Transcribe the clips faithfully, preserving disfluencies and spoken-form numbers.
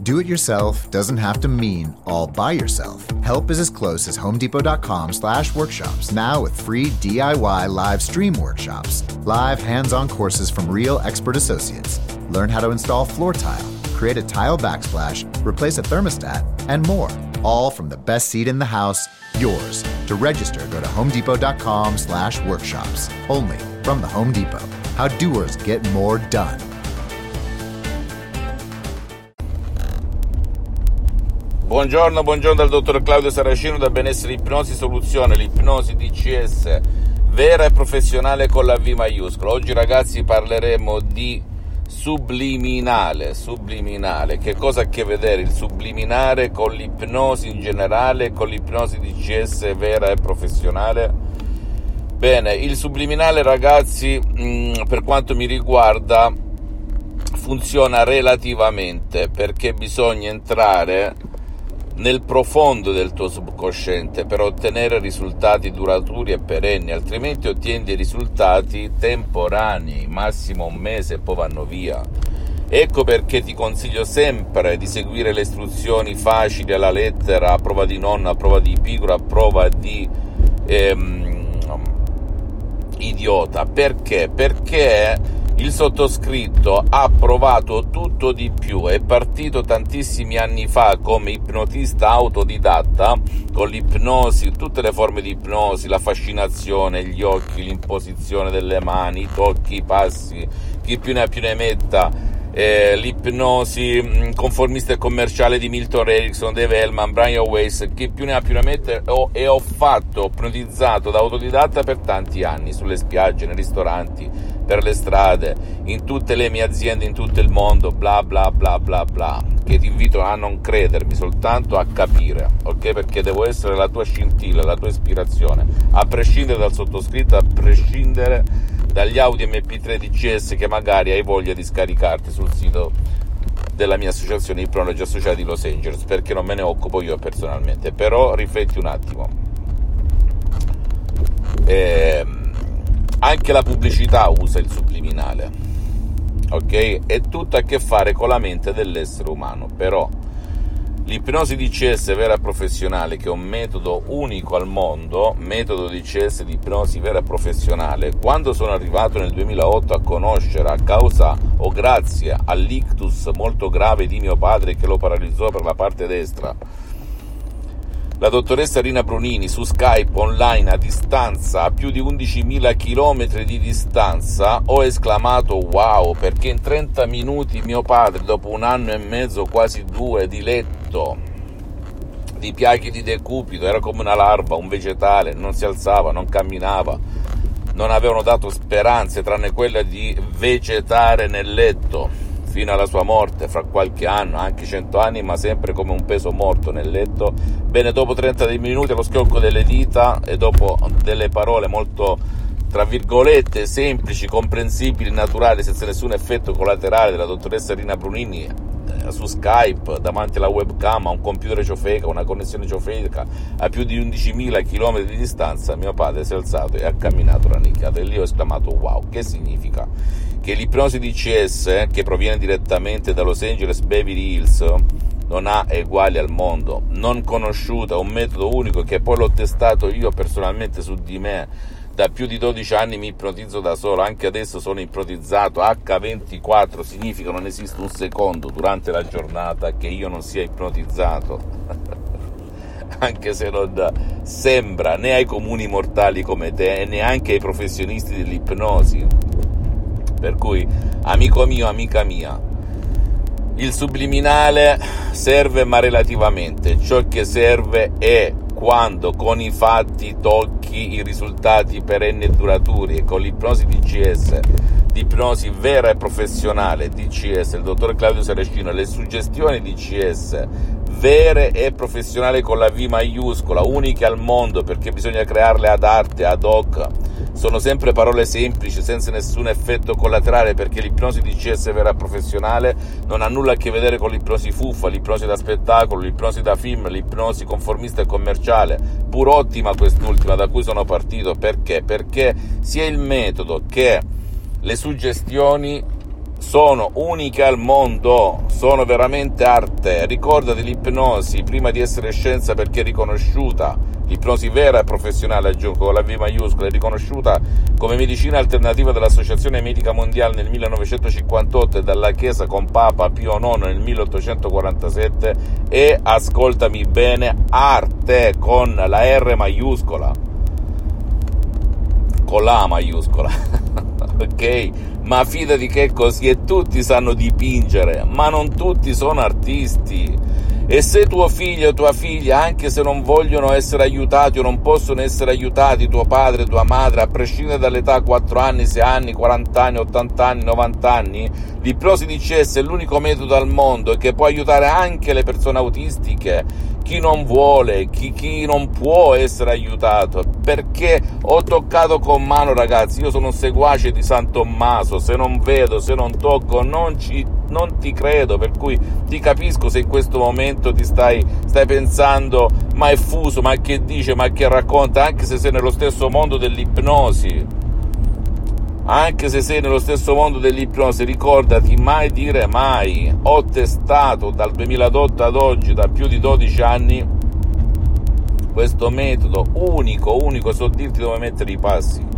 Do-it-yourself doesn't have to mean all by yourself. Help is as close as homedepot.com slash workshops, now with free D I Y live stream workshops, live hands-on courses from real expert associates. Learn how to install floor tile, create a tile backsplash, replace a thermostat, and more. All from the best seat in the house, yours. To register, go to homedepot.com slash workshops. Only from the Home Depot. How doers get more done. Buongiorno, buongiorno dal dottor Claudio Saracino da Benessere Ipnosi Soluzione, l'ipnosi D C S vera e professionale con la V maiuscola. Oggi ragazzi parleremo di subliminale, subliminale. Che cosa ha a che vedere il subliminale con l'ipnosi in generale, con l'ipnosi D C S vera e professionale? Bene, il subliminale ragazzi, mh, per quanto mi riguarda, funziona relativamente, perché bisogna entrare nel profondo del tuo subconsciente per ottenere risultati duraturi e perenni, altrimenti ottieni dei risultati temporanei, massimo un mese e poi vanno via. Ecco perché ti consiglio sempre di seguire le istruzioni facili alla lettera, a prova di nonna, a prova di pigro, a prova di ehm, idiota. Perché? Perché il sottoscritto ha provato tutto di più, è partito tantissimi anni fa come ipnotista autodidatta, con l'ipnosi, tutte le forme di ipnosi, la fascinazione, gli occhi, l'imposizione delle mani, i tocchi, i passi, chi più ne ha più ne metta, eh, l'ipnosi conformista e commerciale di Milton Erickson, Dave Hellman, Brian Weiss, chi più ne ha più ne mette, ho, e ho fatto, ho ipnotizzato da autodidatta per tanti anni, sulle spiagge, nei ristoranti, per le strade, in tutte le mie aziende in tutto il mondo, bla bla bla bla bla, che ti invito a non credermi, soltanto a capire, ok? Perché devo essere la tua scintilla, la tua ispirazione, a prescindere dal sottoscritto, a prescindere dagli audio M P tre D C S che magari hai voglia di scaricarti sul sito della mia associazione Ipnologi Associati di Los Angeles, perché non me ne occupo io personalmente. Però rifletti un attimo, ehm anche la pubblicità usa il subliminale, ok? È tutto a che fare con la mente dell'essere umano. Però l'ipnosi D C S vera e professionale, che è un metodo unico al mondo, metodo D C S di ipnosi vera e professionale, quando sono arrivato nel duemilaotto a conoscere, a causa o grazie all'ictus molto grave di mio padre che lo paralizzò per la parte destra, la dottoressa Rina Brunini, su Skype, online, a distanza, a più di undicimila chilometri di distanza, ho esclamato wow, perché in trenta minuti mio padre, dopo un anno e mezzo, quasi due, di letto, di piaghe di decupito, era come una larva, un vegetale, non si alzava, non camminava, non avevano dato speranze tranne quella di vegetare nel letto, fino alla sua morte, fra qualche anno, anche cento anni, ma sempre come un peso morto nel letto. Bene, dopo trenta minuti allo schiocco delle dita e dopo delle parole molto, tra virgolette, semplici, comprensibili, naturali, senza nessun effetto collaterale della dottoressa Rina Brunini, eh, su Skype, davanti alla webcam, a un computer ciofeca, una connessione ciofeca, a più di undicimila chilometri di distanza, mio padre si è alzato e ha camminato rannicchiato. E lì ho esclamato wow. Che significa? Che l'ipnosi D C S, che proviene direttamente da Los Angeles Beverly Hills, non ha eguali al mondo, non conosciuta, un metodo unico che poi l'ho testato io personalmente su di me. Da più di dodici anni mi ipnotizzo da solo, anche adesso sono ipnotizzato acca ventiquattro, significa non esiste un secondo durante la giornata che io non sia ipnotizzato. Anche se non sembra né ai comuni mortali come te e neanche ai professionisti dell'ipnosi. Per cui, amico mio, amica mia, il subliminale serve ma relativamente. Ciò che serve è quando con i fatti tocchi i risultati perenni e duraturi, e con l'ipnosi D C S, l'ipnosi vera e professionale D C S, il dottor Claudio Saracino, le suggestioni D C S vere e professionali con la V maiuscola, uniche al mondo, perché bisogna crearle ad arte, ad hoc. Sono sempre parole semplici, senza nessun effetto collaterale, perché l'ipnosi D C S vera e professionale non ha nulla a che vedere con l'ipnosi fuffa, l'ipnosi da spettacolo, l'ipnosi da film, l'ipnosi conformista e commerciale, pur ottima quest'ultima da cui sono partito. Perché? Perché sia il metodo che le suggestioni sono uniche al mondo, sono veramente arte. Ricordati, l'ipnosi, prima di essere scienza perché è riconosciuta, l'ipnosi vera e professionale, aggiungo con la V maiuscola, è riconosciuta come medicina alternativa dall'Associazione Medica Mondiale nel millenovecentocinquantotto e dalla Chiesa con Papa Pio nono nel milleottocentoquarantasette, e, ascoltami bene, arte con la R maiuscola, con la A maiuscola, ok? Ma fidati che è così, e tutti sanno dipingere, ma non tutti sono artisti. E se tuo figlio o tua figlia, anche se non vogliono essere aiutati o non possono essere aiutati, tuo padre, tua madre, a prescindere dall'età, quattro anni, sei anni, quaranta anni, ottanta anni, novanta anni, l'ipnosi D C S è l'unico metodo al mondo che può aiutare anche le persone autistiche, chi non vuole, chi, chi non può essere aiutato, perché ho toccato con mano, ragazzi, io sono un seguace di San Tommaso, se non vedo, se non tocco, non ci non ti credo, per cui ti capisco se in questo momento ti stai, stai pensando, ma è fuso, ma che dice, ma che racconta, anche se sei nello stesso mondo dell'ipnosi, anche se sei nello stesso mondo dell'ipnosi, ricordati, mai dire mai. Ho testato dal duemiladotto ad oggi, da più di dodici anni, questo metodo unico, unico, so dirti dove mettere i passi.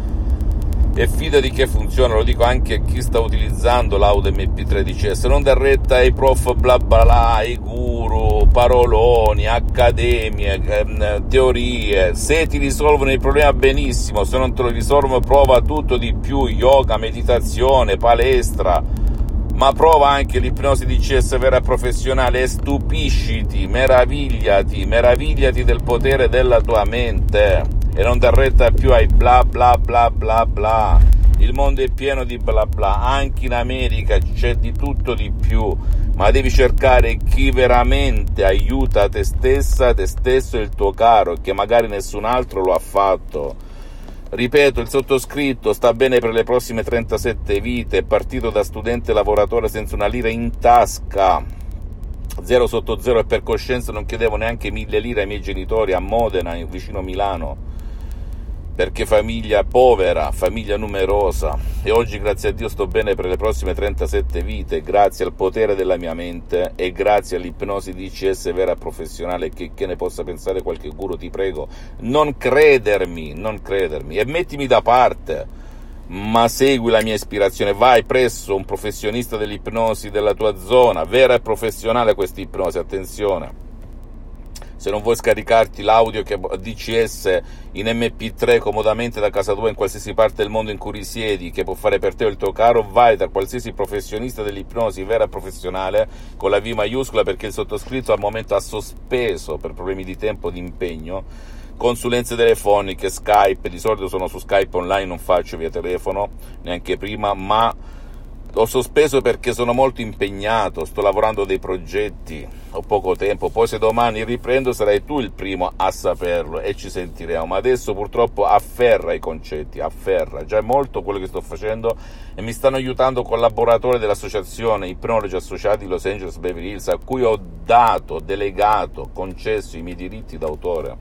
E fidati che funziona, lo dico anche a chi sta utilizzando l'audio M P tre D C S, non dar retta ai prof bla bla bla, ai guru, paroloni, accademie, ehm, teorie. Se ti risolvono il problema benissimo, se non te lo risolvono prova tutto di più, yoga, meditazione, palestra, ma prova anche l'ipnosi D C S vera e professionale e stupisciti, meravigliati, meravigliati del potere della tua mente. E non dar retta più ai bla bla bla bla bla. Il mondo è pieno di bla bla, anche in America c'è di tutto di più, ma devi cercare chi veramente aiuta te stessa, te stesso e il tuo caro, che magari nessun altro lo ha fatto. Ripeto, il sottoscritto sta bene per le prossime trentasette vite, è partito da studente lavoratore senza una lira in tasca, zero sotto zero, e per coscienza non chiedevo neanche mille lire ai miei genitori a Modena, vicino Milano, perché famiglia povera, famiglia numerosa, e oggi grazie a Dio sto bene per le prossime trentasette vite, grazie al potere della mia mente e grazie all'ipnosi D C S vera professionale, che, che ne possa pensare qualche guru, ti prego, non credermi, non credermi, e mettimi da parte, ma segui la mia ispirazione, vai presso un professionista dell'ipnosi della tua zona, vera e professionale questa ipnosi, attenzione. Se non vuoi scaricarti l'audio che D C S in M P tre comodamente da casa tua in qualsiasi parte del mondo in cui risiedi, che può fare per te o il tuo caro, vai da qualsiasi professionista dell'ipnosi vera e professionale con la V maiuscola, perché il sottoscritto al momento ha sospeso per problemi di tempo e di impegno consulenze telefoniche, Skype, di solito sono su Skype online, non faccio via telefono neanche prima, ma l'ho sospeso perché sono molto impegnato, sto lavorando dei progetti, ho poco tempo, poi se domani riprendo sarai tu il primo a saperlo e ci sentiremo, ma adesso purtroppo afferra i concetti, afferra, già è molto quello che sto facendo e mi stanno aiutando collaboratori dell'associazione Ipnologi Associati Los Angeles Beverly Hills, a cui ho dato, delegato, concesso i miei diritti d'autore.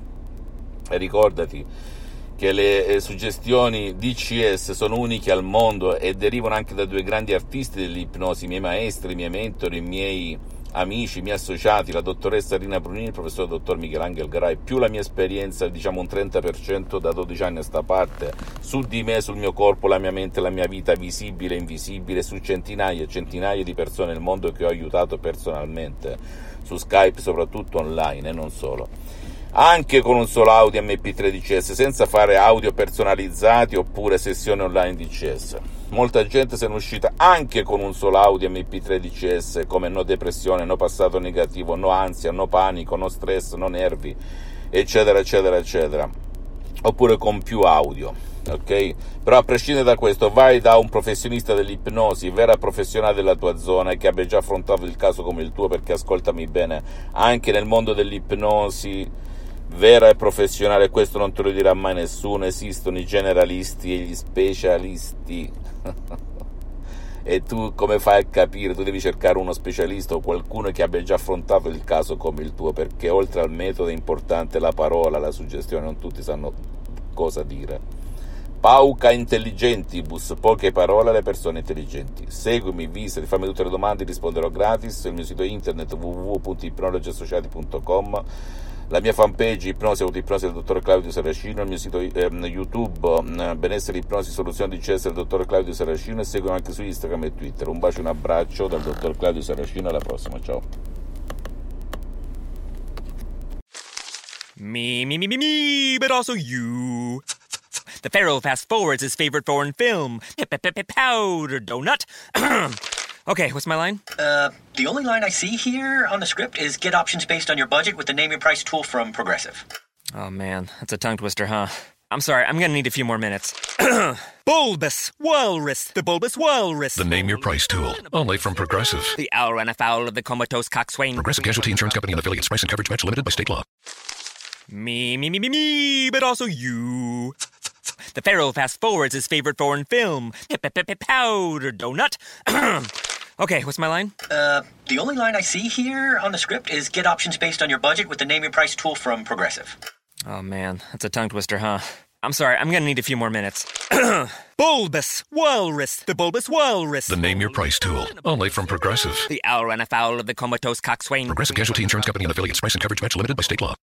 E ricordati che le eh, suggestioni D C S sono uniche al mondo e derivano anche da due grandi artisti dell'ipnosi, i miei maestri, i miei mentori, i miei amici, i miei associati, la dottoressa Rina Brunini, il professor dottor Michelangelo Garai, più la mia esperienza, diciamo un trenta per cento da dodici anni a sta parte, su di me, sul mio corpo, la mia mente, la mia vita visibile e invisibile, su centinaia e centinaia di persone nel mondo che ho aiutato personalmente, su Skype, soprattutto online e non solo. Anche con un solo audio M P tre D C S, senza fare audio personalizzati oppure sessioni online D C S. Molta gente se ne è uscita anche con un solo audio M P tre D C S, come no depressione, no passato negativo, no ansia, no panico, no stress, no nervi, eccetera, eccetera, eccetera. Oppure con più audio, ok? Però a prescindere da questo, vai da un professionista dell'ipnosi, vera professionale della tua zona, e che abbia già affrontato il caso come il tuo, perché ascoltami bene, anche nel mondo dell'ipnosi vera e professionale, questo non te lo dirà mai nessuno, esistono i generalisti e gli specialisti e tu come fai a capire? Tu devi cercare uno specialista o qualcuno che abbia già affrontato il caso come il tuo, perché oltre al metodo è importante la parola, la suggestione, non tutti sanno cosa dire. Pauca Intelligentibus, poche parole alle persone intelligenti. Seguimi, visitami, fammi tutte le domande, risponderò gratis. Il mio sito internet w w w punto ipnologiassociati punto com, la mia fanpage Ipnosi Autoipnosi del dottor Claudio Saracino, il mio sito eh, YouTube eh, Benessere Ipnosi Soluzione di C S del dottor Claudio Saracino, e seguimi anche su Instagram e Twitter. Un bacio e un abbraccio dal dottor Claudio Saracino, alla prossima, ciao. Me, me, me, me, me, but also you. The Pharaoh fast forwards his favorite foreign film, Powder Donut. Okay, what's my line? Uh, the only line I see here on the script is get options based on your budget with the Name Your Price tool from Progressive. Oh man, that's a tongue twister, huh? I'm sorry, I'm gonna need a few more minutes. Bulbous Walrus, the Bulbous Walrus. The Name Your Price tool, only from Progressive. The owl ran afoul of the comatose coxswain. Progressive Casualty Insurance Company and affiliates. Price and coverage match limited by state law. Me, me, me, me, me, but also you. The Pharaoh fast forwards his favorite foreign film, Powder Donut. Okay, what's my line? Uh, the only line I see here on the script is get options based on your budget with the Name Your Price tool from Progressive. Oh man, that's a tongue twister, huh? I'm sorry, I'm gonna need a few more minutes. Bulbous Walrus, the Bulbous Walrus. The Name Your Price tool, only from Progressive. The owl ran afoul of the comatose coxswain. Progressive Casualty Insurance Company and affiliates. Price and coverage match limited by state law.